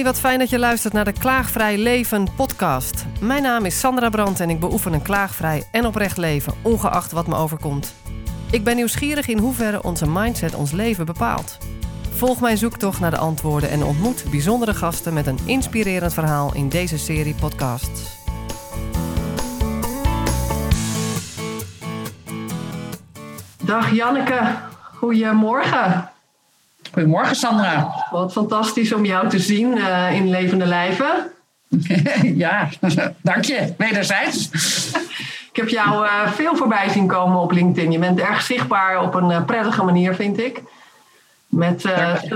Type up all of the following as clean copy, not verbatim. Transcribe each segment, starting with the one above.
wat fijn dat je luistert naar de Klaagvrij Leven podcast. Mijn naam is Sandra Brandt en ik beoefen een klaagvrij en oprecht leven, ongeacht wat me overkomt. Ik ben nieuwsgierig in hoeverre onze mindset ons leven bepaalt. Volg mijn zoektocht naar de antwoorden en ontmoet bijzondere gasten met een inspirerend verhaal in deze serie podcasts. Dag Janneke, goedemorgen. Goedemorgen Sandra. Wat fantastisch om jou te zien in levende lijven. Ja, dank je. Wederzijds. Ik heb jou veel voorbij zien komen op LinkedIn. Je bent erg zichtbaar op een prettige manier, vind ik. Met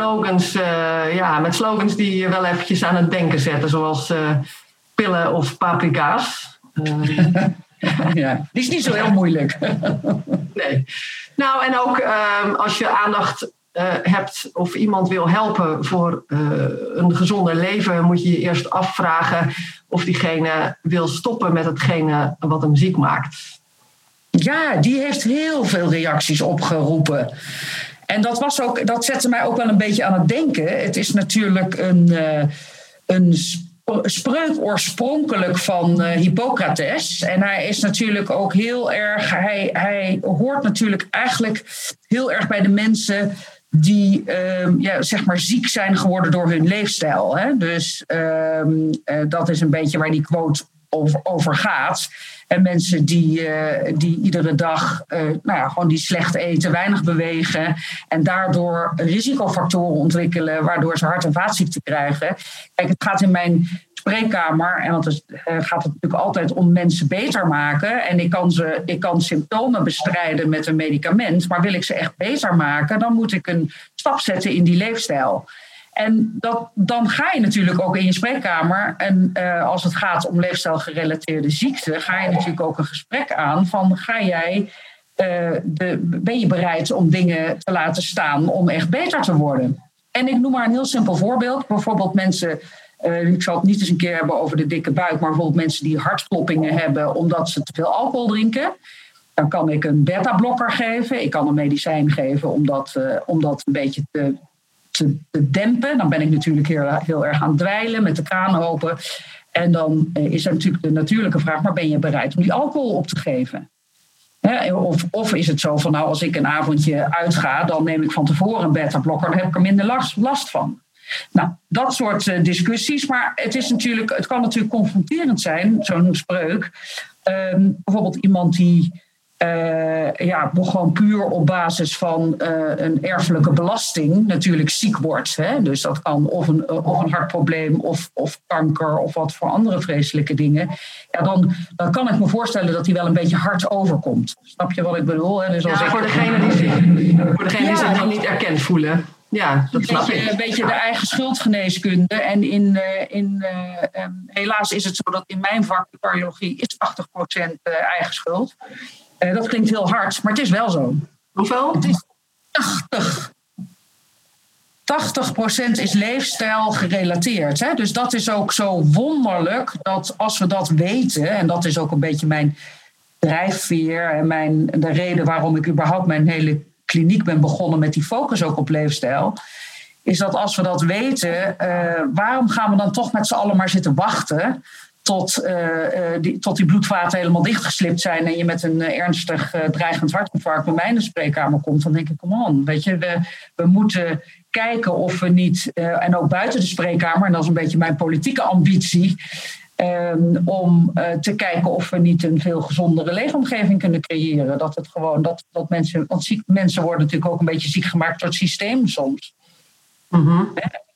slogans die je wel eventjes aan het denken zetten. Zoals pillen of paprika's. Ja, die is niet zo heel moeilijk. Nee. Nou, en ook als je aandacht hebt of iemand wil helpen voor een gezonder leven, moet je je eerst afvragen of diegene wil stoppen met hetgene wat hem ziek maakt. Ja, die heeft heel veel reacties opgeroepen. En dat zette mij ook wel een beetje aan het denken. Het is natuurlijk een spreuk oorspronkelijk van Hippocrates. En hij is natuurlijk ook heel erg. Hij hoort natuurlijk eigenlijk heel erg bij de mensen die zeg maar ziek zijn geworden door hun leefstijl. Hè? Dus dat is een beetje waar die quote over gaat. En mensen die iedere dag gewoon die slecht eten, weinig bewegen en daardoor risicofactoren ontwikkelen waardoor ze hart- en vaatziekten krijgen. Kijk, het gaat in mijn spreekkamer, en gaat het natuurlijk altijd om mensen beter maken. En ik kan symptomen bestrijden met een medicament, maar wil ik ze echt beter maken, dan moet ik een stap zetten in die leefstijl. En dan ga je natuurlijk ook in je spreekkamer, en als het gaat om leefstijlgerelateerde ziekten, ga je natuurlijk ook een gesprek aan van ben je bereid om dingen te laten staan om echt beter te worden? En ik noem maar een heel simpel voorbeeld. Bijvoorbeeld mensen, ik zal het niet eens een keer hebben over de dikke buik, maar bijvoorbeeld mensen die hartkloppingen hebben omdat ze te veel alcohol drinken. Dan kan ik een beta-blokker geven. Ik kan een medicijn geven om dat een beetje te dempen. Dan ben ik natuurlijk heel erg aan het dweilen met de kraan open. En dan is er natuurlijk de natuurlijke vraag, maar ben je bereid om die alcohol op te geven? Of is het zo van, nou, als ik een avondje uitga, dan neem ik van tevoren een beta-blokker, dan heb ik er minder last van. Nou, dat soort discussies. Maar het kan natuurlijk confronterend zijn, zo'n spreuk. Bijvoorbeeld iemand die gewoon puur op basis van een erfelijke belasting natuurlijk ziek wordt. Hè? Dus dat kan of een hartprobleem of kanker of wat voor andere vreselijke dingen. Ja, dan kan ik me voorstellen dat hij wel een beetje hard overkomt. Snap je wat ik bedoel? Hè? Dus voor degene die zich nog niet erkend voelen. Ja, dat snap ik. Een beetje de eigen schuldgeneeskunde. En helaas is het zo dat in mijn vak, de cardiologie, is 80% eigen schuld. Dat klinkt heel hard, maar het is wel zo. Hoeveel? Het is 80% is leefstijl gerelateerd. Hè? Dus dat is ook zo wonderlijk dat als we dat weten, en dat is ook een beetje mijn drijfveer en de reden waarom ik überhaupt mijn hele kliniek ben begonnen met die focus ook op leefstijl, is dat als we dat weten, waarom gaan we dan toch met z'n allen maar zitten wachten tot die bloedvaten helemaal dichtgeslipt zijn en je met een ernstig dreigend hartinfarct bij mij in de spreekkamer komt? Dan denk ik, come on, weet je, we moeten kijken of we niet, en ook buiten de spreekkamer, en dat is een beetje mijn politieke ambitie, om te kijken of we niet een veel gezondere leefomgeving kunnen creëren. Dat mensen, want mensen worden natuurlijk ook een beetje ziek gemaakt door het systeem soms. Mm-hmm.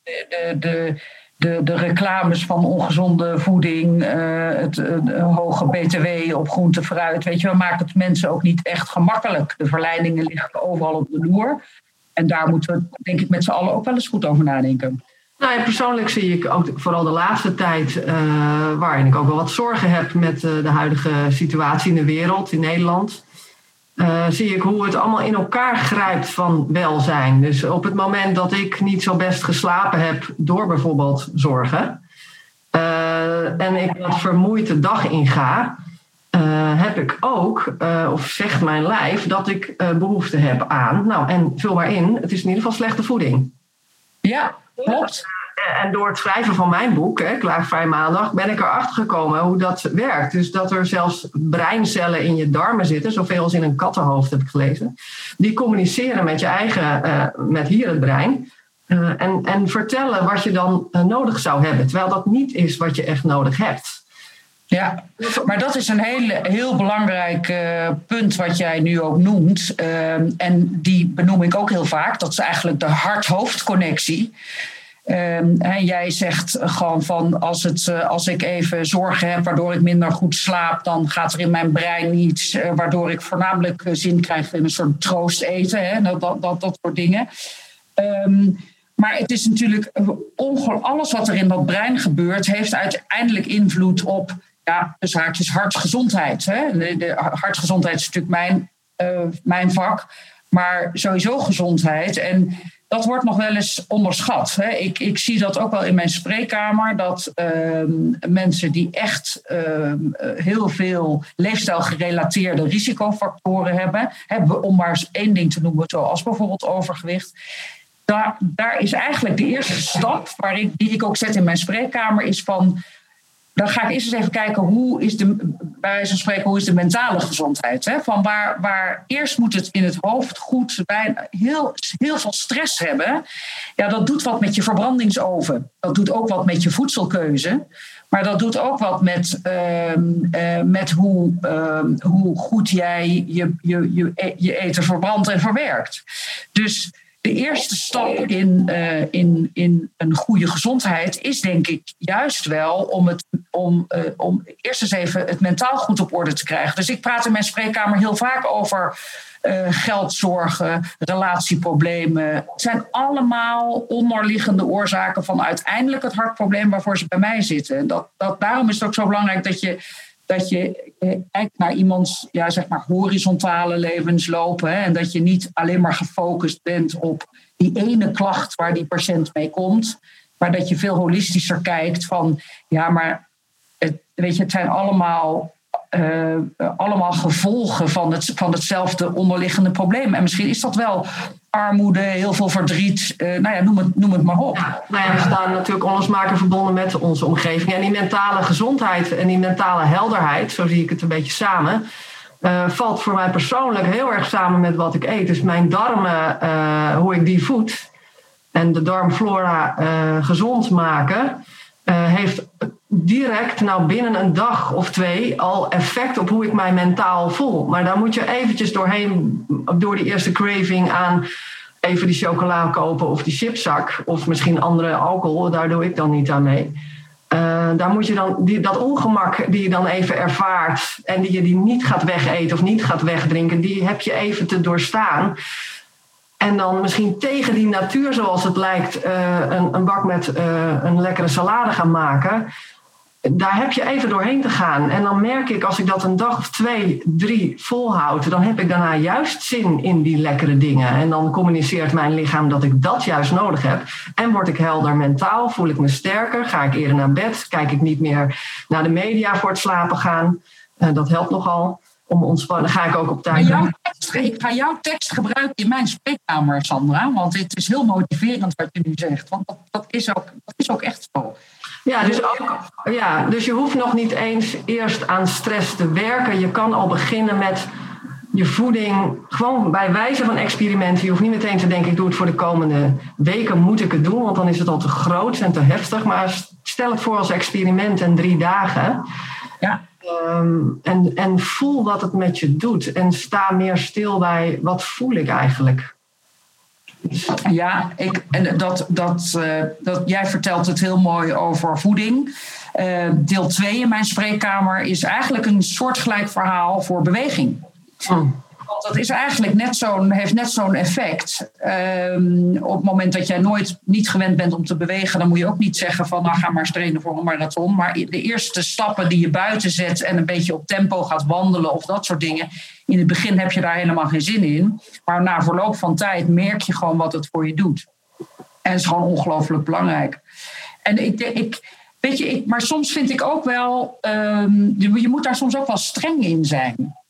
De reclames van ongezonde voeding, het hoge btw op groente, fruit, weet je, we maken het mensen ook niet echt gemakkelijk. De verleidingen liggen overal op de loer. En daar moeten we, denk ik, met z'n allen ook wel eens goed over nadenken. Nou ja, persoonlijk zie ik ook vooral de laatste tijd, waarin ik ook wel wat zorgen heb met de huidige situatie in de wereld, in Nederland, zie ik hoe het allemaal in elkaar grijpt van welzijn. Dus op het moment dat ik niet zo best geslapen heb door bijvoorbeeld zorgen, en ik wat vermoeid de dag inga, heb ik ook, of zegt mijn lijf, dat ik behoefte heb aan, nou en vul maar in, het is in ieder geval slechte voeding. Ja, klopt. en door het schrijven van mijn boek, Klaagvrij Maandag, ben ik erachter gekomen hoe dat werkt. Dus dat er zelfs breincellen in je darmen zitten, zoveel als in een kattenhoofd heb ik gelezen. Die communiceren met je eigen, met hier het brein. En vertellen wat je dan nodig zou hebben. Terwijl dat niet is wat je echt nodig hebt. Ja, maar dat is een heel belangrijk punt wat jij nu ook noemt. En die benoem ik ook heel vaak. Dat is eigenlijk de hart-hoofd-connectie. Jij zegt gewoon van als ik even zorgen heb waardoor ik minder goed slaap, dan gaat er in mijn brein iets waardoor ik voornamelijk zin krijg in een soort troost eten. Dat soort dingen. Maar het is natuurlijk alles wat er in dat brein gebeurt, heeft uiteindelijk invloed op dus haakjes hartgezondheid. De hartgezondheid is natuurlijk mijn vak, maar sowieso gezondheid. En dat wordt nog wel eens onderschat. Ik zie dat ook wel in mijn spreekkamer, dat mensen die echt heel veel leefstijlgerelateerde risicofactoren hebben, om maar eens één ding te noemen, zoals bijvoorbeeld overgewicht. Daar is eigenlijk de eerste stap die ik ook zet in mijn spreekkamer, is van, dan ga ik eerst eens even kijken hoe is de mentale gezondheid. Van waar eerst moet het in het hoofd goed bij heel veel stress hebben. Ja, dat doet wat met je verbrandingsoven. Dat doet ook wat met je voedselkeuze. Maar dat doet ook wat met hoe goed jij je eten verbrandt en verwerkt. Dus de eerste stap in een goede gezondheid is denk ik juist wel om eerst eens even het mentaal goed op orde te krijgen. Dus ik praat in mijn spreekkamer heel vaak over geldzorgen, relatieproblemen. Het zijn allemaal onderliggende oorzaken van uiteindelijk het hartprobleem waarvoor ze bij mij zitten. Daarom is het ook zo belangrijk dat je kijkt naar iemands horizontale levensloop. En dat je niet alleen maar gefocust bent op die ene klacht waar die patiënt mee komt. Maar dat je veel holistischer kijkt van, het zijn allemaal gevolgen van hetzelfde onderliggende probleem. En misschien is dat wel armoede, heel veel verdriet, noem het maar op. We staan natuurlijk onlosmakelijk verbonden met onze omgeving. En die mentale gezondheid en die mentale helderheid, zo zie ik het een beetje samen, valt voor mij persoonlijk heel erg samen met wat ik eet. Dus mijn darmen, hoe ik die voed en de darmflora gezond maken, heeft direct binnen een dag of 2 al effect op hoe ik mij mentaal voel. Maar daar moet je eventjes doorheen, door die eerste craving aan even die chocola kopen of die chipszak of misschien andere alcohol, daar doe ik dan niet aan mee. Daar moet je dan dat ongemak die je dan even ervaart en die je niet gaat wegeten of niet gaat wegdrinken, die heb je even te doorstaan. En dan misschien tegen die natuur, zoals het lijkt, een bak met een lekkere salade gaan maken. Daar heb je even doorheen te gaan. En dan merk ik, als ik dat een dag of 2, 3 volhoud, dan heb ik daarna juist zin in die lekkere dingen. En dan communiceert mijn lichaam dat ik dat juist nodig heb. En word ik helder mentaal, voel ik me sterker, ga ik eerder naar bed, kijk ik niet meer naar de media voor het slapen gaan. Dat helpt nogal. Om ontspannen ga ik ook op tijd. Ik ga jouw tekst gebruiken in mijn spreekkamer, Sandra. Want het is heel motiverend wat je nu zegt. Want dat is ook echt zo. Dus je hoeft nog niet eens eerst aan stress te werken. Je kan al beginnen met je voeding. Gewoon bij wijze van experiment. Je hoeft niet meteen te denken, ik doe het voor de komende weken. Moet ik het doen? Want dan is het al te groot en te heftig. Maar stel het voor als experiment en 3 dagen. Ja. En voel wat het met je doet. En sta meer stil bij, wat voel ik eigenlijk? Ja, jij vertelt het heel mooi over voeding. Deel 2 in mijn spreekkamer is eigenlijk een soortgelijk verhaal voor beweging. Want dat is eigenlijk heeft net zo'n effect. Op het moment dat jij niet gewend bent om te bewegen, dan moet je ook niet zeggen van ga maar eens trainen voor een marathon. Maar de eerste stappen die je buiten zet en een beetje op tempo gaat wandelen of dat soort dingen. In het begin heb je daar helemaal geen zin in. Maar na verloop van tijd merk je gewoon wat het voor je doet. En het is gewoon ongelooflijk belangrijk. En maar soms vind ik ook wel, je moet daar soms ook wel streng in zijn.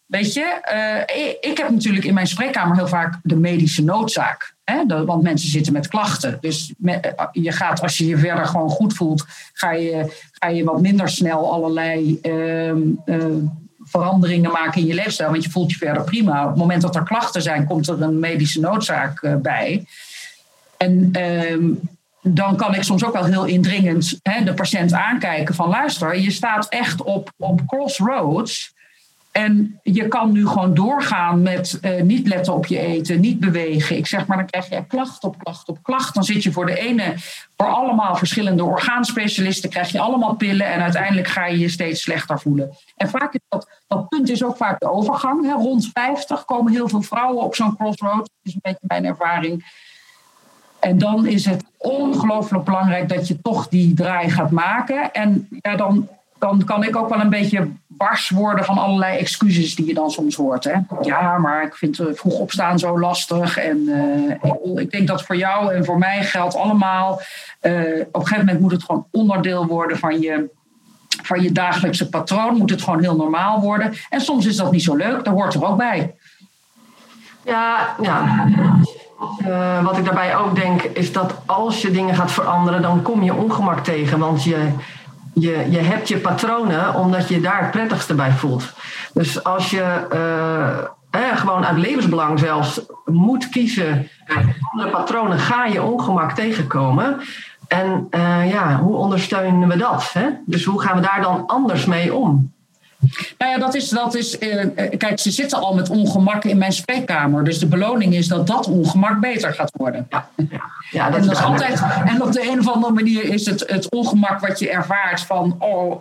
Weet je, ik heb natuurlijk in mijn spreekkamer heel vaak de medische noodzaak. Hè? Want mensen zitten met klachten. Dus je gaat, als je je verder gewoon goed voelt, ga je wat minder snel allerlei veranderingen maken in je leefstijl. Want je voelt je verder prima. Op het moment dat er klachten zijn, komt er een medische noodzaak bij. En dan kan ik soms ook wel heel indringend de patiënt aankijken van luister, je staat echt op crossroads. En je kan nu gewoon doorgaan met niet letten op je eten, niet bewegen. Ik zeg maar, dan krijg je klacht op klacht op klacht. Dan zit je voor allemaal verschillende orgaanspecialisten, krijg je allemaal pillen en uiteindelijk ga je je steeds slechter voelen. En vaak is dat punt is ook vaak de overgang. Hè. Rond 50 komen heel veel vrouwen op zo'n crossroad. Dat is een beetje mijn ervaring. En dan is het ongelooflijk belangrijk dat je toch die draai gaat maken. En ja, dan kan ik ook wel een beetje bars worden van allerlei excuses die je dan soms hoort. Hè? Ja, maar ik vind vroeg opstaan zo lastig. En ik denk dat voor jou en voor mij geldt allemaal. Op een gegeven moment moet het gewoon onderdeel worden van je dagelijkse patroon. Moet het gewoon heel normaal worden. En soms is dat niet zo leuk, dat hoort er ook bij. Ja. Wat ik daarbij ook denk is dat als je dingen gaat veranderen, dan kom je ongemak tegen. Want je hebt je patronen omdat je daar het prettigste bij voelt. Dus als je gewoon uit levensbelang zelfs moet kiezen uit andere patronen, ga je ongemak tegenkomen. En hoe ondersteunen we dat? Hè? Dus hoe gaan we daar dan anders mee om? Nou ja, dat is kijk, ze zitten al met ongemak in mijn spreekkamer. Dus de beloning is dat ongemak beter gaat worden. Ja, dat is altijd. En op de een of andere manier is het ongemak wat je ervaart van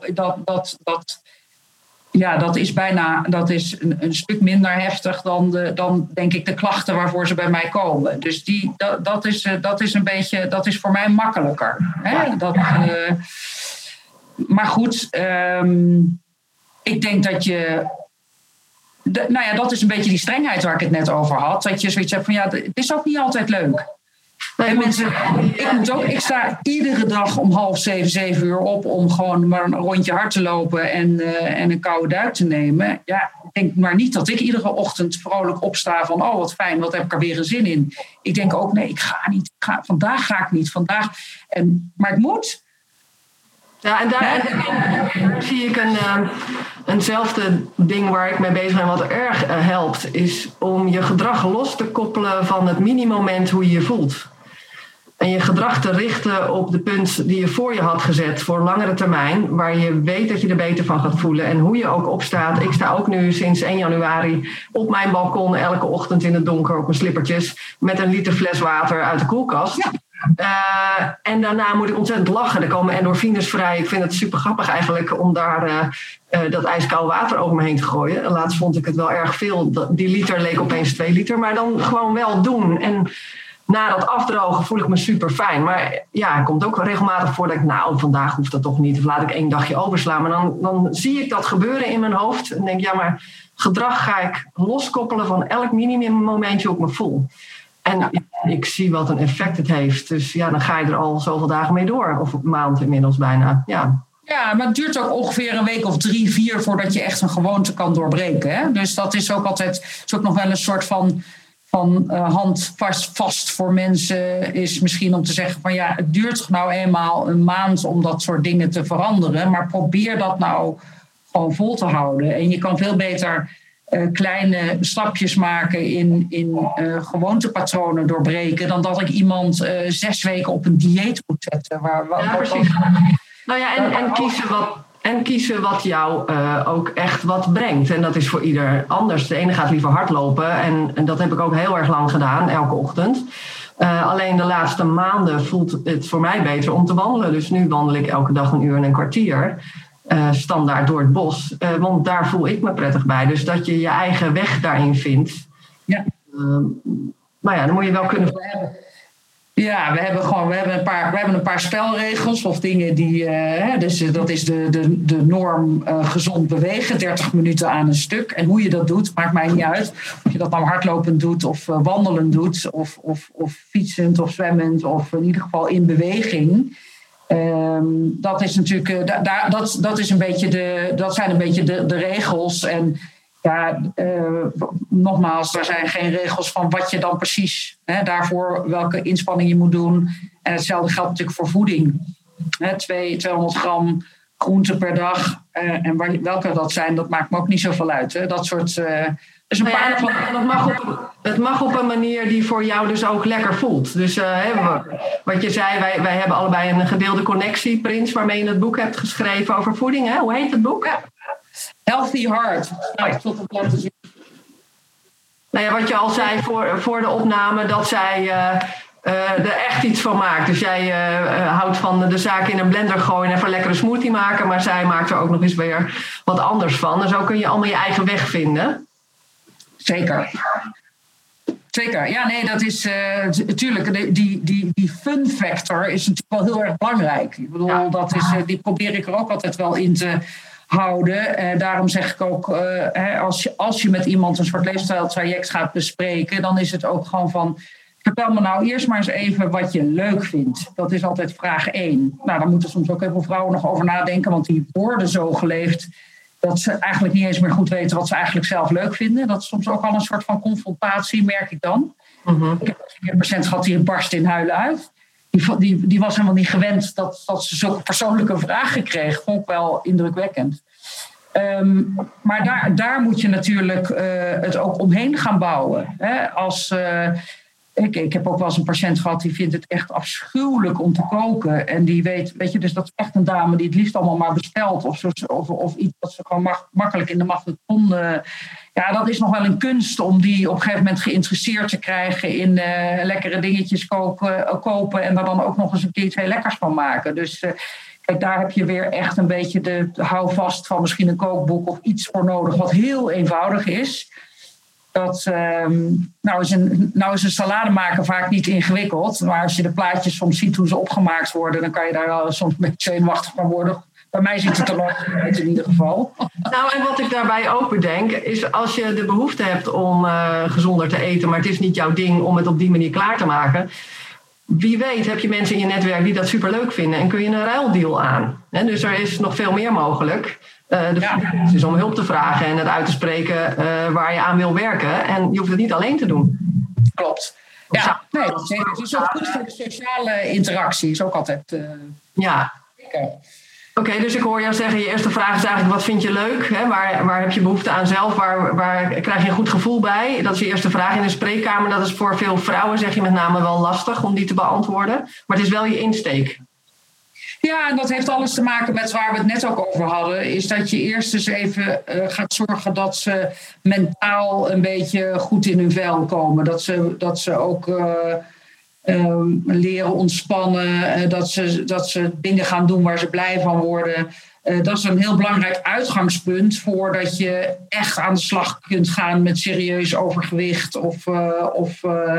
dat is bijna een stuk minder heftig dan denk ik de klachten waarvoor ze bij mij komen. Dus dat is een beetje, dat is voor mij makkelijker. Hè? Maar goed. Ik denk dat dat is een beetje die strengheid waar ik het net over had. Dat je zoiets hebt van, het is ook niet altijd leuk. En mensen, ik sta iedere dag om 6:30, 7 uur op om gewoon maar een rondje hard te lopen en een koude duik te nemen. Ja, ik denk maar niet dat ik iedere ochtend vrolijk opsta van, wat fijn, wat heb ik er weer een zin in. Ik denk ook, nee, ik ga niet. Vandaag ga ik niet. Maar het moet. Ja, en daar zie ik eenzelfde ding waar ik mee bezig ben, wat erg helpt, is om je gedrag los te koppelen van het mini-moment hoe je je voelt. En je gedrag te richten op de punt die je voor je had gezet voor langere termijn, waar je weet dat je er beter van gaat voelen en hoe je ook opstaat. Ik sta ook nu sinds 1 januari op mijn balkon elke ochtend in het donker op mijn slippertjes met een liter fles water uit de koelkast. Ja. En daarna moet ik ontzettend lachen. Er komen endorfines vrij. Ik vind het super grappig eigenlijk om daar dat ijskoude water over me heen te gooien. Laatst vond ik het wel erg veel. Die liter leek opeens 2 liter. Maar dan gewoon wel doen. En na dat afdrogen voel ik me super fijn. Maar ja, het komt ook regelmatig voor dat ik, vandaag hoeft dat toch niet. Of laat ik 1 dagje overslaan. Maar dan zie ik dat gebeuren in mijn hoofd. En denk, maar gedrag ga ik loskoppelen van elk minimummomentje hoe ik me voel. En ik zie wat een effect het heeft. Dus dan ga je er al zoveel dagen mee door. Of een maand inmiddels bijna. Ja, maar het duurt ook ongeveer een week of 3, 4 voordat je echt een gewoonte kan doorbreken. Hè? Dus dat is ook altijd, is ook nog wel een soort van handvast voor mensen. Is misschien om te zeggen van het duurt toch nou eenmaal een maand om dat soort dingen te veranderen. Maar probeer dat nou gewoon vol te houden. En je kan veel beter kleine stapjes maken in gewoontepatronen doorbreken dan dat ik iemand 6 weken op een dieet moet zetten. Precies. En kiezen wat jou ook echt wat brengt. En dat is voor ieder anders. De ene gaat liever hardlopen en dat heb ik ook heel erg lang gedaan, elke ochtend. Alleen de laatste maanden voelt het voor mij beter om te wandelen. Dus nu wandel ik elke dag 1 uur en een kwartier. Standaard door het bos. Want daar voel ik me prettig bij. Dus dat je je eigen weg daarin vindt. Ja. Dan moet je wel kunnen hebben. Ja, we hebben een paar spelregels of dingen die. Dus dat is de norm gezond bewegen, 30 minuten aan een stuk. En hoe je dat doet, maakt mij niet uit. Of je dat nou hardlopend doet of wandelend doet, of fietsend of zwemmend, of in ieder geval in beweging. Dat is natuurlijk, dat zijn een beetje de regels. En Ja, nogmaals, er zijn geen regels van wat je dan precies daarvoor, welke inspanning je moet doen. En hetzelfde geldt natuurlijk voor voeding. 200 gram groente per dag. En welke dat zijn, dat maakt me ook niet zoveel uit. Dat soort... dus een paar het mag op een manier die voor jou dus ook lekker voelt. Dus wat je zei, wij hebben allebei een gedeelde connectie, Prins, waarmee je het boek hebt geschreven over voeding. Hè? Hoe heet het boek? Ja. Healthy Heart. Nou ja, wat je al zei voor de opname, dat zij er echt iets van maakt. Dus jij houdt van de zaak in een blender gooien en even een lekkere smoothie maken. Maar zij maakt er ook nog eens weer wat anders van. En zo kun je allemaal je eigen weg vinden. Zeker. Ja, nee, dat is natuurlijk... Die fun factor is natuurlijk wel heel erg belangrijk. Ik bedoel, die probeer ik er ook altijd wel in te houden. Daarom zeg ik ook, als je met iemand een soort leefstijltraject gaat bespreken, dan is het ook gewoon van, vertel me nou eerst maar eens even wat je leuk vindt. Dat is altijd vraag 1. Nou, daar moeten soms ook heel veel vrouwen nog over nadenken, want die worden zo geleefd dat ze eigenlijk niet eens meer goed weten wat ze eigenlijk zelf leuk vinden. Dat is soms ook al een soort van confrontatie, merk ik dan. Mm-hmm. Ik heb een patiënt gehad die barst in huilen uit. Die was helemaal niet gewend dat ze zulke persoonlijke vragen kreeg. Vond ik wel indrukwekkend. Maar daar moet je natuurlijk het ook omheen gaan bouwen. Hè? Ik heb ook wel eens een patiënt gehad die vindt het echt afschuwelijk om te koken. En die weet je, dus dat is echt een dame die het liefst allemaal maar bestelt. Of iets dat ze gewoon makkelijk in de magnetron. Ja, dat is nog wel een kunst om die op een gegeven moment geïnteresseerd te krijgen in lekkere dingetjes kopen. En daar dan ook nog eens een keer iets heel lekkers van maken. Dus kijk, daar heb je weer echt een beetje de houvast van misschien een kookboek of iets voor nodig wat heel eenvoudig is. Nou is een salade maken vaak niet ingewikkeld. Maar als je de plaatjes soms ziet hoe ze opgemaakt worden, dan kan je daar wel soms een beetje zenuwachtig van worden. Bij mij ziet het er lang uit in ieder geval. Nou, en wat ik daarbij ook bedenk, is als je de behoefte hebt om gezonder te eten, maar het is niet jouw ding om het op die manier klaar te maken. Wie weet heb je mensen in je netwerk die dat superleuk vinden en kun je een ruildeal aan. Dus er is nog veel meer mogelijk. De is om hulp te vragen en het uit te spreken waar je aan wil werken. En je hoeft het niet alleen te doen. Klopt. Ja, nee, het is ook goed voor de sociale interactie. Is ook altijd... Ja. Oké, dus ik hoor jou zeggen, je eerste vraag is eigenlijk, wat vind je leuk? Hè? Waar heb je behoefte aan zelf? Waar krijg je een goed gevoel bij? Dat is je eerste vraag in de spreekkamer. Dat is voor veel vrouwen, zeg je met name, wel lastig om die te beantwoorden. Maar het is wel je insteek. Ja, en dat heeft alles te maken met waar we het net ook over hadden. Is dat je eerst eens even gaat zorgen dat ze mentaal een beetje goed in hun vel komen. Dat ze ook leren ontspannen. Dat ze dingen gaan doen waar ze blij van worden. Dat is een heel belangrijk uitgangspunt voordat je echt aan de slag kunt gaan met serieus overgewicht of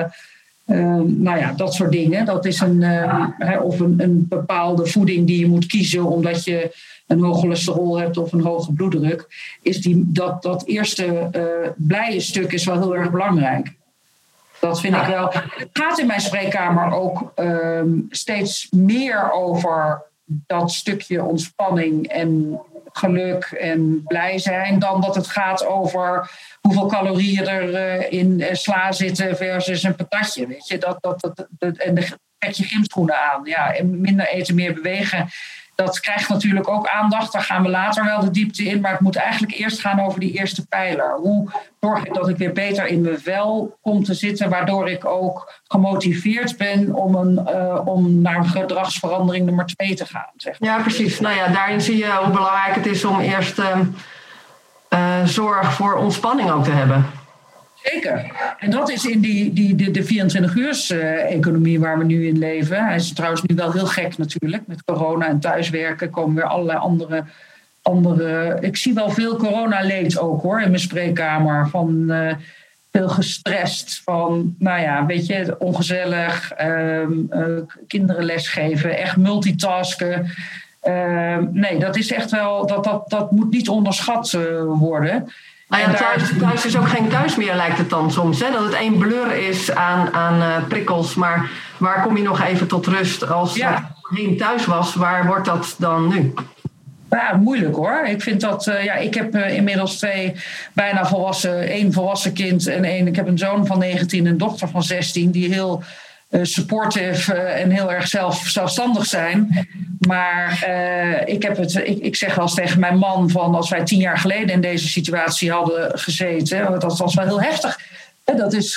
dat soort dingen. Dat is een bepaalde voeding die je moet kiezen omdat je een hoog cholesterol hebt of een hoge bloeddruk. Is dat eerste blije stuk is wel heel erg belangrijk. Dat vind ik wel. Het gaat in mijn spreekkamer ook steeds meer over dat stukje ontspanning en geluk en blij zijn, dan dat het gaat over hoeveel calorieën er in sla zitten versus een patatje. Weet je? En trek je gymschoenen aan. Ja, en minder eten, meer bewegen. Dat krijgt natuurlijk ook aandacht. Daar gaan we later wel de diepte in. Maar het moet eigenlijk eerst gaan over die eerste pijler. Hoe zorg ik dat ik weer beter in mijn vel kom te zitten, waardoor ik ook gemotiveerd ben om naar gedragsverandering nummer 2 te gaan. Zeg maar. Ja, precies. Nou ja, daarin zie je hoe belangrijk het is om eerst zorg voor ontspanning ook te hebben. Zeker. En dat is in de 24-uurs-economie waar we nu in leven. Hij is trouwens nu wel heel gek natuurlijk. Met corona en thuiswerken komen weer allerlei andere... Ik zie wel veel coronaleed ook hoor in mijn spreekkamer. Van veel gestrest. Van, weet je, ongezellig. Kinderen lesgeven. Echt multitasken. Nee, dat is echt wel... Dat moet niet onderschat worden. Nou ja, thuis is ook geen thuis meer, lijkt het dan soms. Hè? Dat het één blur is aan prikkels. Maar waar kom je nog even tot rust? Als het voorheen thuis was, waar wordt dat dan nu? Ja, moeilijk hoor. Ik vind dat, ik heb inmiddels 2 bijna volwassen, 1 volwassen kind en ik heb een zoon van 19 en een dochter van 16 die heel supportive en heel erg zelfstandig zijn. Maar ik zeg wel eens tegen mijn man van als wij 10 jaar geleden in deze situatie hadden gezeten, dat was wel heel heftig. Dat is,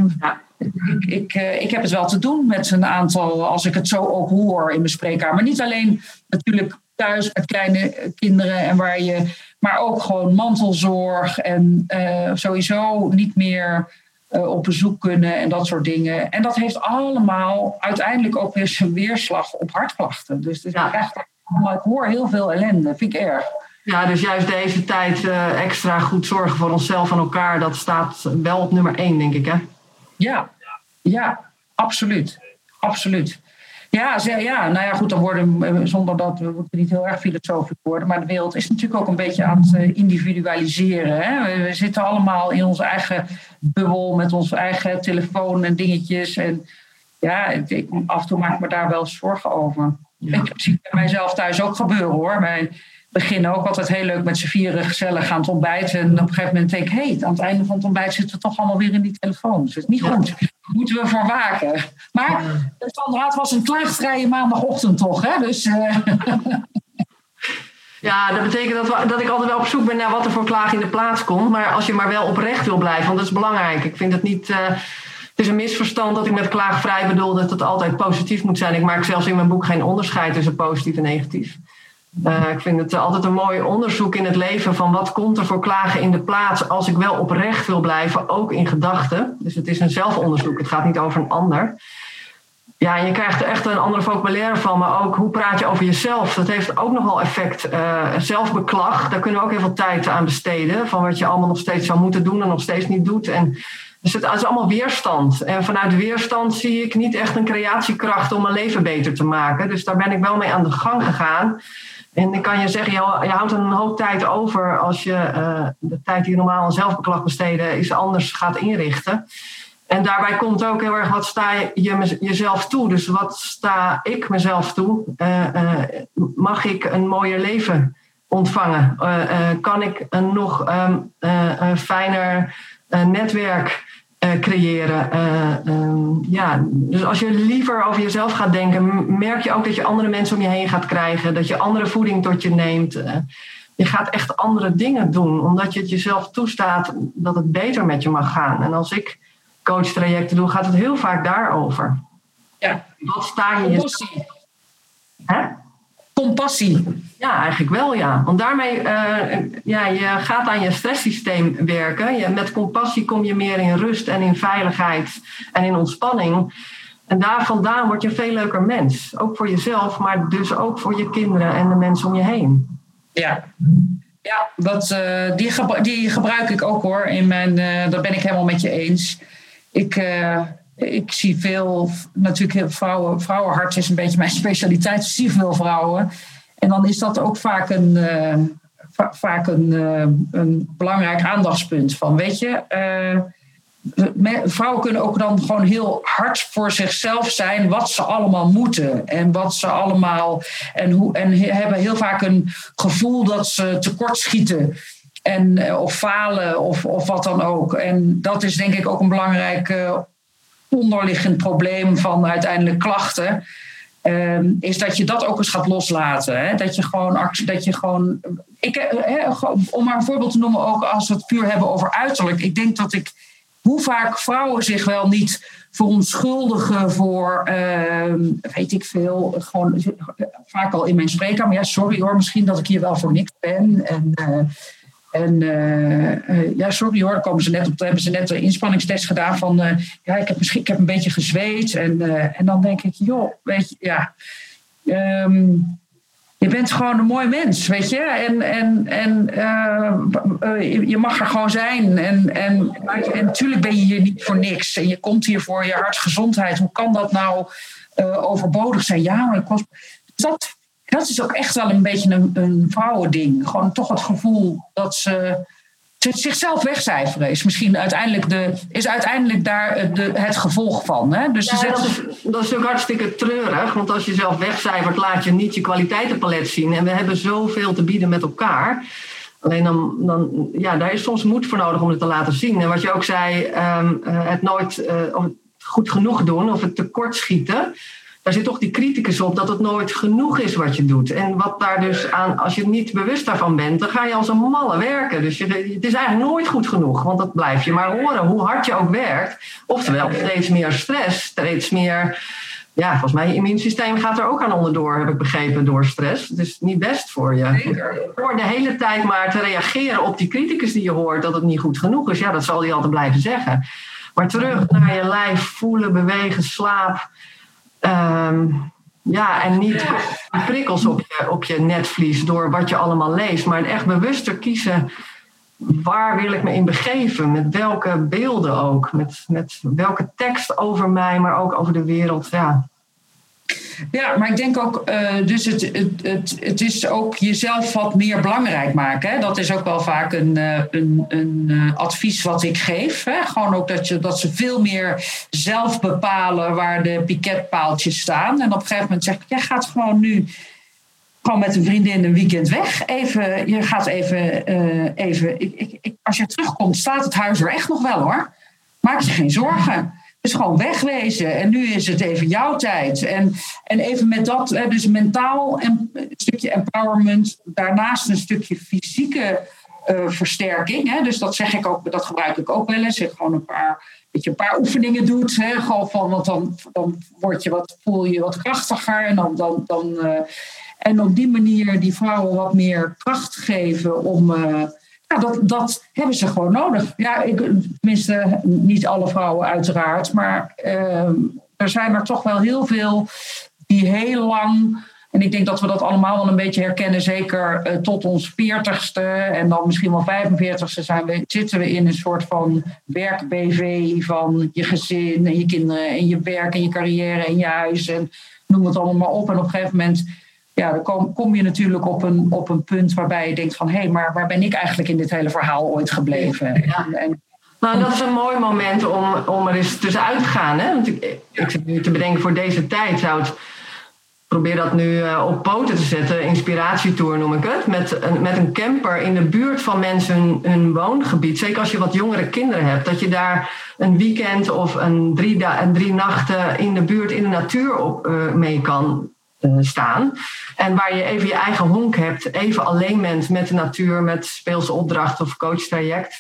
ik heb het wel te doen met een aantal, als ik het zo ook hoor in mijn spreekkamer. Niet alleen natuurlijk thuis met kleine kinderen maar ook gewoon mantelzorg en sowieso niet meer op bezoek kunnen en dat soort dingen. En dat heeft allemaal uiteindelijk ook weer zijn weerslag op hartklachten. Dus het is echt, ik hoor heel veel ellende, vind ik erg. Ja, dus juist deze tijd extra goed zorgen voor onszelf en elkaar, dat staat wel op nummer 1, denk ik, hè? Ja, absoluut. Ja, goed, dan worden, zonder dat we moeten niet heel erg filosofisch worden, maar de wereld is natuurlijk ook een beetje aan het individualiseren. Hè? We zitten allemaal in onze eigen bubbel met onze eigen telefoon en dingetjes. En af en toe maak ik me daar wel zorgen over. Ja. Ik zie het bij mijzelf thuis ook gebeuren hoor. Wij beginnen ook altijd heel leuk met z'n vieren gezellig aan het ontbijten. En op een gegeven moment denk ik, aan het einde van het ontbijt zitten we toch allemaal weer in die telefoon. Dus het is niet goed. Daar moeten we voor waken. Maar Sandra, het was een klaagvrije maandagochtend toch, hè? Dus... Ja, dat betekent dat ik altijd wel op zoek ben naar wat er voor klaag in de plaats komt. Maar als je maar wel oprecht wil blijven, want dat is belangrijk. Ik vind het niet... Het is een misverstand dat ik met klaagvrij bedoel dat het altijd positief moet zijn. Ik maak zelfs in mijn boek geen onderscheid tussen positief en negatief. Ik vind het altijd een mooi onderzoek in het leven van wat komt er voor klagen in de plaats als ik wel oprecht wil blijven, ook in gedachten. Dus het is een zelfonderzoek, het gaat niet over een ander. Ja, en je krijgt er echt een andere vocabulaire van, maar ook hoe praat je over jezelf. Dat heeft ook nogal effect. Zelfbeklag, daar kunnen we ook heel veel tijd aan besteden. Van wat je allemaal nog steeds zou moeten doen en nog steeds niet doet. En dus het is allemaal weerstand. En vanuit weerstand zie ik niet echt een creatiekracht om mijn leven beter te maken. Dus daar ben ik wel mee aan de gang gegaan. En ik kan je zeggen, je houdt een hoop tijd over als je de tijd die je normaal aan zelfbeklag besteden is anders gaat inrichten. En daarbij komt ook heel erg, wat sta je jezelf toe? Dus wat sta ik mezelf toe? Mag ik een mooier leven ontvangen? Kan ik een nog fijner netwerk creëren? Dus als je liever over jezelf gaat denken, merk je ook dat je andere mensen om je heen gaat krijgen. Dat je andere voeding tot je neemt. Je gaat echt andere dingen doen, omdat je het jezelf toestaat dat het beter met je mag gaan. En als ik coachtrajecten doe, gaat het heel vaak daarover. Ja. Wat sta je Compassie. Hè? Compassie. Ja, eigenlijk wel, ja. Want daarmee, je gaat aan je stresssysteem werken. Met compassie kom je meer in rust en in veiligheid en in ontspanning. En daar vandaan word je een veel leuker mens. Ook voor jezelf, maar dus ook voor je kinderen en de mensen om je heen. Ja, die gebruik ik ook hoor. Dat ben ik helemaal met je eens. Ik zie veel, natuurlijk heel vrouwenhart is een beetje mijn specialiteit. Ik zie veel vrouwen. En dan is dat ook vaak een belangrijk aandachtspunt. Van weet je, vrouwen kunnen ook dan gewoon heel hard voor zichzelf zijn wat ze allemaal moeten. En wat ze allemaal. En hebben heel vaak een gevoel dat ze tekortschieten. Of falen of wat dan ook. En dat is denk ik ook een belangrijk onderliggend probleem van uiteindelijk klachten. Is dat je dat ook eens gaat loslaten. Hè? Dat je gewoon om maar een voorbeeld te noemen, ook als we het puur hebben over uiterlijk. Ik denk dat hoe vaak vrouwen zich wel niet verontschuldigen voor, weet ik veel, gewoon vaak al in mijn spreekkamer. Ja, sorry hoor, misschien dat ik hier wel voor niks ben. Sorry hoor, hebben ze net een inspanningstest gedaan van, ik heb een beetje gezweet. En dan denk ik, joh, weet je, ja. Je bent gewoon een mooi mens, weet je. En je mag er gewoon zijn. En natuurlijk ben je hier niet voor niks. En je komt hier voor je hartsgezondheid. Hoe kan dat nou overbodig zijn? Ja, maar dat is ook echt wel een beetje een vrouwending. Gewoon toch het gevoel dat ze zichzelf wegcijferen is misschien uiteindelijk daar het gevolg van. Hè? Dus dat is natuurlijk hartstikke treurig. Want als je zelf wegcijfert, laat je niet je kwaliteitenpalet zien. En we hebben zoveel te bieden met elkaar. Alleen dan daar is soms moed voor nodig om het te laten zien. En wat je ook zei, het nooit goed genoeg doen of het tekort schieten. Daar zit toch die criticus op dat het nooit genoeg is wat je doet. En wat daar dus aan, als je niet bewust daarvan bent, dan ga je als een malle werken. Dus het is eigenlijk nooit goed genoeg, want dat blijf je maar horen, hoe hard je ook werkt. Oftewel, steeds meer stress, steeds meer. Ja, volgens mij je immuunsysteem gaat er ook aan onderdoor, heb ik begrepen, door stress. Het is niet best voor je. Door de hele tijd maar te reageren op die criticus die je hoort dat het niet goed genoeg is. Ja, dat zal die altijd blijven zeggen. Maar terug naar je lijf, voelen, bewegen, slaap. En niet prikkels op je netvlies door wat je allemaal leest. Maar echt bewuster kiezen, waar wil ik me in begeven? Met welke beelden ook? Met welke tekst over mij, maar ook over de wereld. Ja, maar ik denk ook, dus het is ook jezelf wat meer belangrijk maken. Hè? Dat is ook wel vaak een advies wat ik geef. Hè? Gewoon ook dat ze veel meer zelf bepalen waar de piketpaaltjes staan. En op een gegeven moment zeg ik, jij gaat gewoon nu met een vriendin een weekend weg. Je gaat even als je terugkomt, staat het huis er echt nog wel hoor. Maak je geen zorgen. Dus gewoon wegwezen. En nu is het even jouw tijd. En even met dat, dus mentaal een stukje empowerment. Daarnaast een stukje fysieke versterking. Hè? Dus dat zeg ik ook, dat gebruik ik ook wel eens. Dat je gewoon een paar oefeningen doet. Hè? Gewoon want dan voel je wat krachtiger. En op die manier die vrouwen wat meer kracht geven om. Dat hebben ze gewoon nodig. Ja, tenminste, niet alle vrouwen uiteraard. Maar er zijn er toch wel heel veel die heel lang. En ik denk dat we dat allemaal wel een beetje herkennen. Zeker tot ons 40ste en dan misschien wel 45ste zitten we in een soort van werk-BV van je gezin en je kinderen en je werk en je carrière en je huis. En noem het allemaal maar op. En op een gegeven moment. Ja, dan kom je natuurlijk op een punt waarbij je denkt van... hé, maar waar ben ik eigenlijk in dit hele verhaal ooit gebleven? Ja. Dat is een mooi moment om er eens tussenuit te gaan. Hè? Want ik zit nu te bedenken voor deze tijd. Probeer dat nu op poten te zetten. Inspiratietour noem ik het. Met een camper in de buurt van mensen hun woongebied. Zeker als je wat jongere kinderen hebt. Dat je daar een weekend of een 3 nachten in de buurt in de natuur mee kan staan. En waar je even je eigen honk hebt, even alleen bent met de natuur, met speelse opdracht of coachtraject.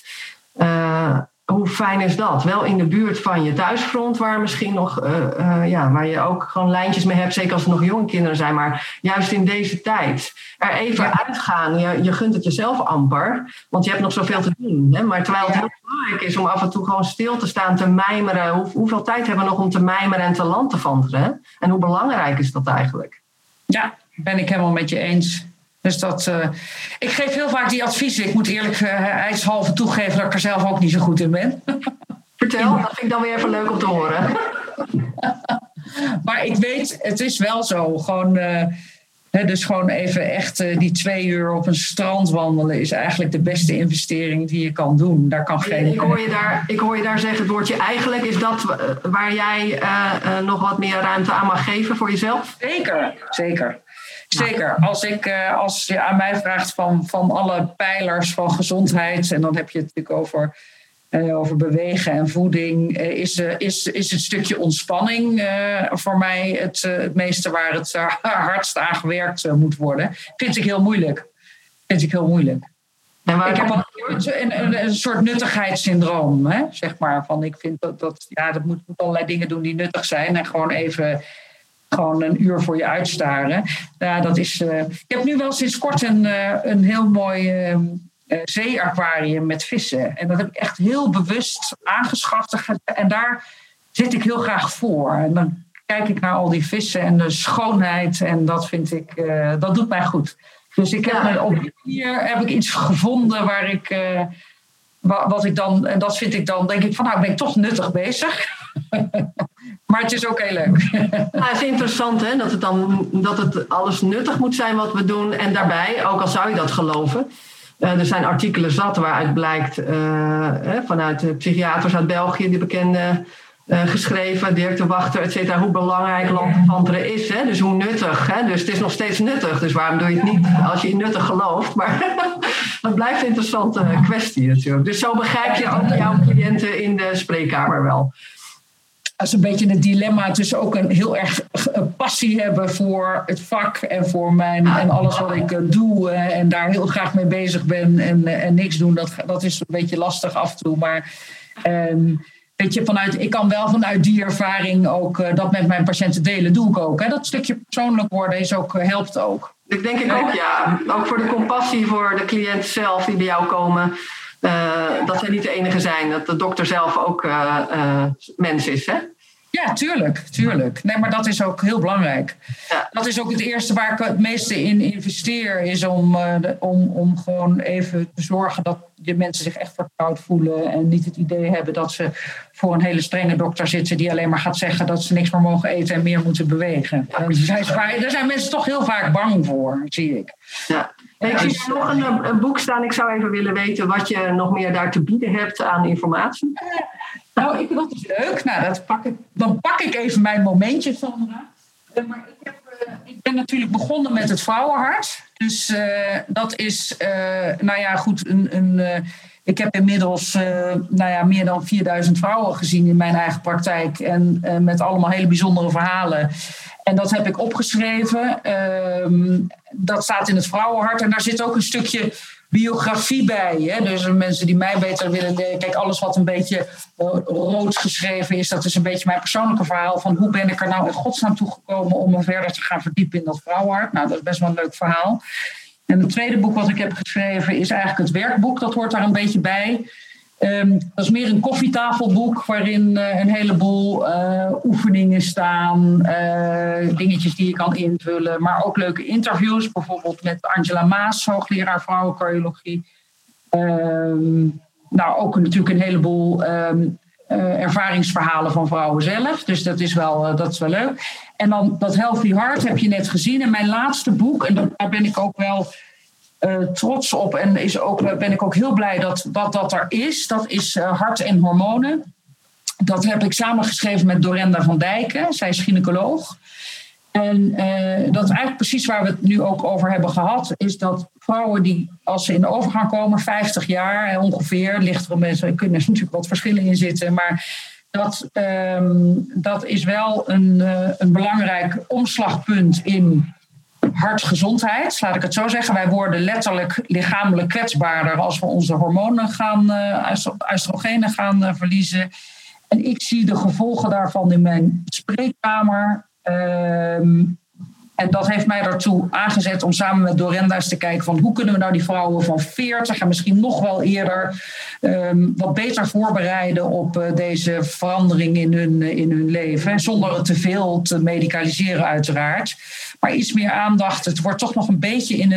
Hoe fijn is dat? Wel in de buurt van je thuisfront, waar misschien nog, waar je ook gewoon lijntjes mee hebt, zeker als er nog jonge kinderen zijn, maar juist in deze tijd. Er even uitgaan, je gunt het jezelf amper, want je hebt nog zoveel te doen. Hè? Maar terwijl het heel belangrijk is om af en toe gewoon stil te staan, te mijmeren. Hoeveel tijd hebben we nog om te mijmeren en te landtevanteren? Hè? En hoe belangrijk is dat eigenlijk? Ja, ben ik helemaal met je eens. Dus ik geef heel vaak die adviezen. Ik moet eerlijkheidshalve toegeven dat ik er zelf ook niet zo goed in ben. Vertel, dat vind ik dan weer even leuk om te horen. Maar ik weet, het is wel zo. Dus gewoon even echt die 2 uur op een strand wandelen is eigenlijk de beste investering die je kan doen. Daar kan geen. Ik hoor je daar zeggen, het woordje eigenlijk. Is dat waar jij nog wat meer ruimte aan mag geven voor jezelf? Zeker. Als je aan mij vraagt van alle pijlers van gezondheid, en dan heb je het natuurlijk over bewegen en voeding, is het stukje ontspanning voor mij het meeste waar het hardst aan gewerkt moet worden. Vind ik heel moeilijk. Ik heb een soort nuttigheidssyndroom, hè, zeg maar. Van ik vind dat moet allerlei dingen doen die nuttig zijn en gewoon even. Gewoon een uur voor je uitstaren. Ja, dat is. Ik heb nu wel sinds kort een heel mooi zeeaquarium met vissen. En dat heb ik echt heel bewust aangeschaft. En daar zit ik heel graag voor. En dan kijk ik naar al die vissen en de schoonheid. En dat vind ik, dat doet mij goed. Dus ik heb op die manier heb ik iets gevonden waar ik. Wat ik dan, en dat vind ik dan, denk ik van ben ik toch nuttig bezig. Maar het is ook heel leuk. Het is interessant hè, dat het alles nuttig moet zijn wat we doen. En daarbij, ook al zou je dat geloven, Er zijn artikelen zat waaruit blijkt vanuit psychiaters uit België, die bekende geschreven, Dirk de Wachter, et cetera, hoe belangrijk landverwanteren is. Hè? Dus hoe nuttig. Hè? Dus het is nog steeds nuttig. Dus waarom doe je het niet als je in nuttig gelooft? Maar dat blijft een interessante kwestie natuurlijk. Dus zo begrijp je ook jouw cliënten in de spreekkamer wel. Dat is een beetje het dilemma tussen ook een heel erg passie hebben voor het vak en voor en alles wat ik doe en daar heel graag mee bezig ben en niks doen. Dat is een beetje lastig af en toe. Maar weet je, ik kan wel vanuit die ervaring ook dat met mijn patiënten delen, doe ik ook. Hè. Dat stukje persoonlijk worden helpt ook. Ik denk ik ook, ja. Ook voor de compassie voor de cliënt zelf die bij jou komen. Dat zij niet de enige zijn. Dat de dokter zelf ook mens is, hè? Ja, tuurlijk. Nee, maar dat is ook heel belangrijk. Ja. Dat is ook het eerste waar ik het meeste in investeer. Is om gewoon even te zorgen dat de mensen zich echt vertrouwd voelen. En niet het idee hebben dat ze voor een hele strenge dokter zitten. Die alleen maar gaat zeggen dat ze niks meer mogen eten en meer moeten bewegen. Daar zijn mensen toch heel vaak bang voor, zie ik. Ja. Ik zie hier nog een boek staan. Ik zou even willen weten wat je nog meer daar te bieden hebt aan informatie. Nou, dat is leuk. Nou, dan pak ik even mijn momentje, Sandra. Maar ik ben natuurlijk begonnen met het vrouwenhart. Dus dat is, ik heb inmiddels meer dan 4000 vrouwen gezien in mijn eigen praktijk. En met allemaal hele bijzondere verhalen. En dat heb ik opgeschreven. Dat staat in het vrouwenhart. En daar zit ook een stukje biografie bij. Hè? Dus mensen die mij beter willen leren. Kijk, alles wat een beetje rood geschreven is, dat is een beetje mijn persoonlijke verhaal. Van hoe ben ik er nou in godsnaam toegekomen om me verder te gaan verdiepen in dat vrouwenhart. Nou, dat is best wel een leuk verhaal. En het tweede boek wat ik heb geschreven is eigenlijk het werkboek. Dat hoort daar een beetje bij. Dat is meer een koffietafelboek waarin een heleboel oefeningen staan, dingetjes die je kan invullen, maar ook leuke interviews, bijvoorbeeld met Angela Maas, hoogleraar vrouwencardiologie. Ook natuurlijk een heleboel ervaringsverhalen van vrouwen zelf, dus dat is wel leuk. En dan dat Healthy Heart heb je net gezien in mijn laatste boek, en daar ben ik ook wel trots op en ben ik ook heel blij dat er is. Dat is Hart en Hormonen. Dat heb ik samengeschreven met Dorenda van Dijken. Zij is gynaecoloog. En dat is eigenlijk precies waar we het nu ook over hebben gehad. Is dat vrouwen die, als ze in de overgang komen, 50 jaar ongeveer, ligt er mensen, kunnen er natuurlijk wat verschillen in zitten, maar dat is wel een belangrijk omslagpunt in hartgezondheid, laat ik het zo zeggen. Wij worden letterlijk lichamelijk kwetsbaarder als we onze hormonen oestrogenen gaan verliezen. En ik zie de gevolgen daarvan in mijn spreekkamer. En dat heeft mij ertoe aangezet om samen met Dorenda eens te kijken van hoe kunnen we nou die vrouwen van 40 en misschien nog wel eerder wat beter voorbereiden op deze verandering in hun leven. Zonder het te veel te medicaliseren uiteraard. Maar iets meer aandacht. Het wordt toch nog een beetje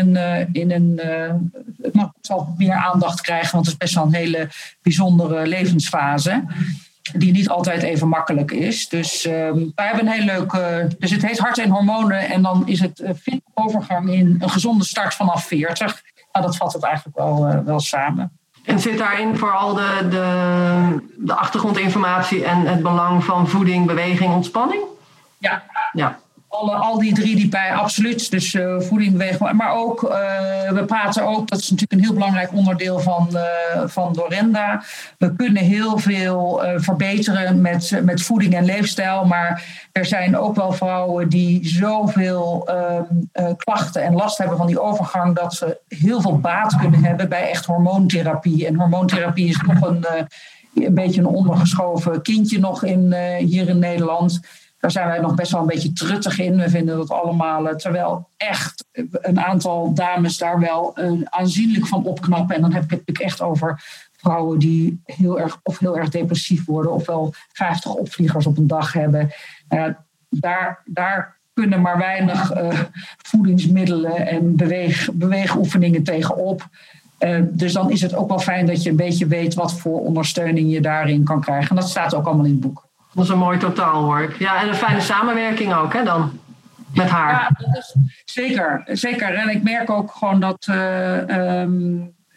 het zal meer aandacht krijgen, want het is best wel een hele bijzondere levensfase. Die niet altijd even makkelijk is. Dus wij hebben een heel leuk. Dus het heet Hart en Hormonen. En dan is het fit overgang in een gezonde start vanaf 40. Nou, dat vat het eigenlijk wel samen. En zit daarin vooral de achtergrondinformatie en het belang van voeding, beweging, ontspanning? Ja. Al die drie die bij, absoluut. Dus voeding, beweging. Maar ook, we praten ook, dat is natuurlijk een heel belangrijk onderdeel van Dorenda. We kunnen heel veel verbeteren met voeding en leefstijl. Maar er zijn ook wel vrouwen die zoveel klachten en last hebben van die overgang, dat ze heel veel baat kunnen hebben bij echt hormoontherapie. En hormoontherapie is nog een beetje een ondergeschoven kindje nog hier in Nederland. Daar zijn wij nog best wel een beetje truttig in. We vinden dat allemaal, terwijl echt een aantal dames daar wel aanzienlijk van opknappen. En dan heb ik het natuurlijk echt over vrouwen die heel erg depressief worden, ofwel 50 opvliegers op een dag hebben. Daar kunnen maar weinig voedingsmiddelen en beweegoefeningen tegenop. Dus dan is het ook wel fijn dat je een beetje weet wat voor ondersteuning je daarin kan krijgen. En dat staat ook allemaal in het boek. Dat is een mooi totaal hoor. Ja, en een fijne samenwerking ook hè dan, met haar. Ja, dat is zeker. En ik merk ook gewoon dat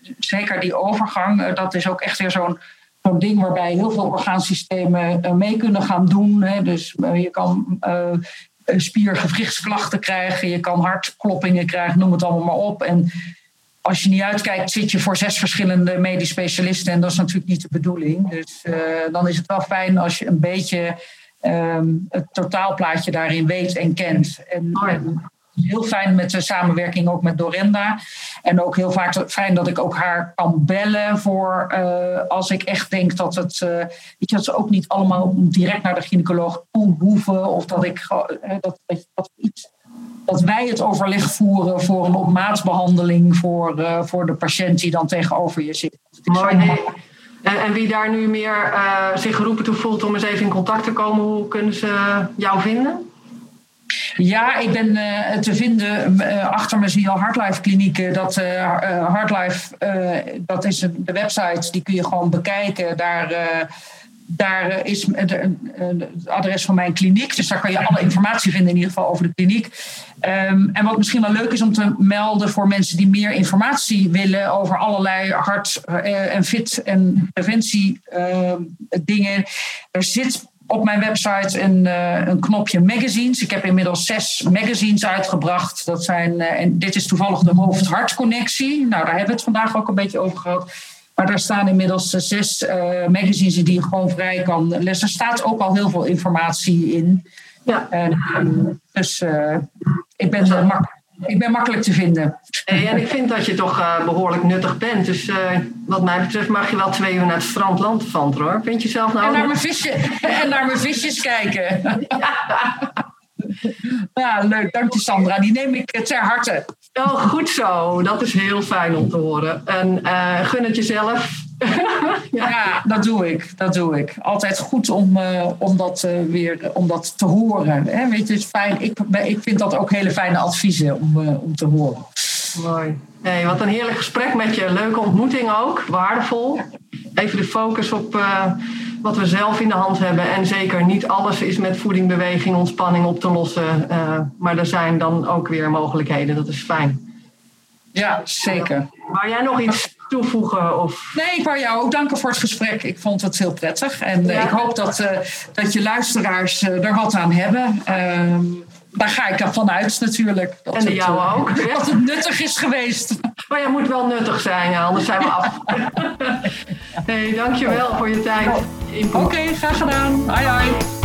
zeker die overgang, dat is ook echt weer zo'n ding waarbij heel veel orgaansystemen mee kunnen gaan doen. Hè. Dus je kan spiergewrichtsklachten krijgen, je kan hartkloppingen krijgen, noem het allemaal maar op. En als je niet uitkijkt, zit je voor 6 verschillende medisch specialisten en dat is natuurlijk niet de bedoeling. Dus dan is het wel fijn als je een beetje het totaalplaatje daarin weet en kent. En heel fijn met de samenwerking ook met Dorenda. En ook heel vaak fijn dat ik ook haar kan bellen voor als ik echt denk dat het... weet je, dat ze ook niet allemaal direct naar de gynaecoloog toe hoeven. Of dat ik dat wij het overleg voeren voor een op-maatbehandeling voor de patiënt die dan tegenover je zit. Mooi. En wie daar nu meer zich geroepen toe voelt om eens even in contact te komen, hoe kunnen ze jou vinden? Ja, ik ben te vinden achter mijn Ziel Heartlife klinieken. Heartlife, dat is de website, die kun je gewoon bekijken. Daar is het adres van mijn kliniek. Dus daar kan je alle informatie vinden in ieder geval over de kliniek. En wat misschien wel leuk is om te melden voor mensen die meer informatie willen over allerlei hart- en fit- en preventie dingen. Er zit op mijn website een knopje magazines. Ik heb inmiddels 6 magazines uitgebracht. Dat zijn, en dit is toevallig de hoofd-hartconnectie. Nou, daar hebben we het vandaag ook een beetje over gehad. Maar daar staan inmiddels 6 magazines die je gewoon vrij kan lezen. Er staat ook al heel veel informatie in. Ja. Dus ik ben makkelijk te vinden. En ik vind dat je toch behoorlijk nuttig bent. Dus wat mij betreft mag je wel 2 uur naar het strand Lanterfant, hoor. Vind je zelf nou... En naar mijn visjes kijken. Ja, leuk. Dank je, Sandra. Die neem ik ter harte. Oh, goed zo. Dat is heel fijn om te horen. En gun het jezelf. Ja, dat doe ik. Altijd goed om dat te horen. Hè? Weet je, het is fijn. Ik vind dat ook hele fijne adviezen om te horen. Mooi. Hey, wat een heerlijk gesprek met je. Leuke ontmoeting ook. Waardevol. Even de focus op wat we zelf in de hand hebben. En zeker niet alles is met voeding, beweging, ontspanning op te lossen. Maar er zijn dan ook weer mogelijkheden. Dat is fijn. Ja, zeker. Wou jij nog iets toevoegen? Of? Nee, ik wou jou ook danken voor het gesprek. Ik vond het heel prettig. En ik hoop dat je luisteraars er wat aan hebben. Daar ga ik ervan uit natuurlijk. En jou ook. Dat het nuttig is geweest. Maar je moet wel nuttig zijn, ja, anders zijn we af. Hey, dankjewel voor je tijd. Oké, graag gedaan. Hoi hoi.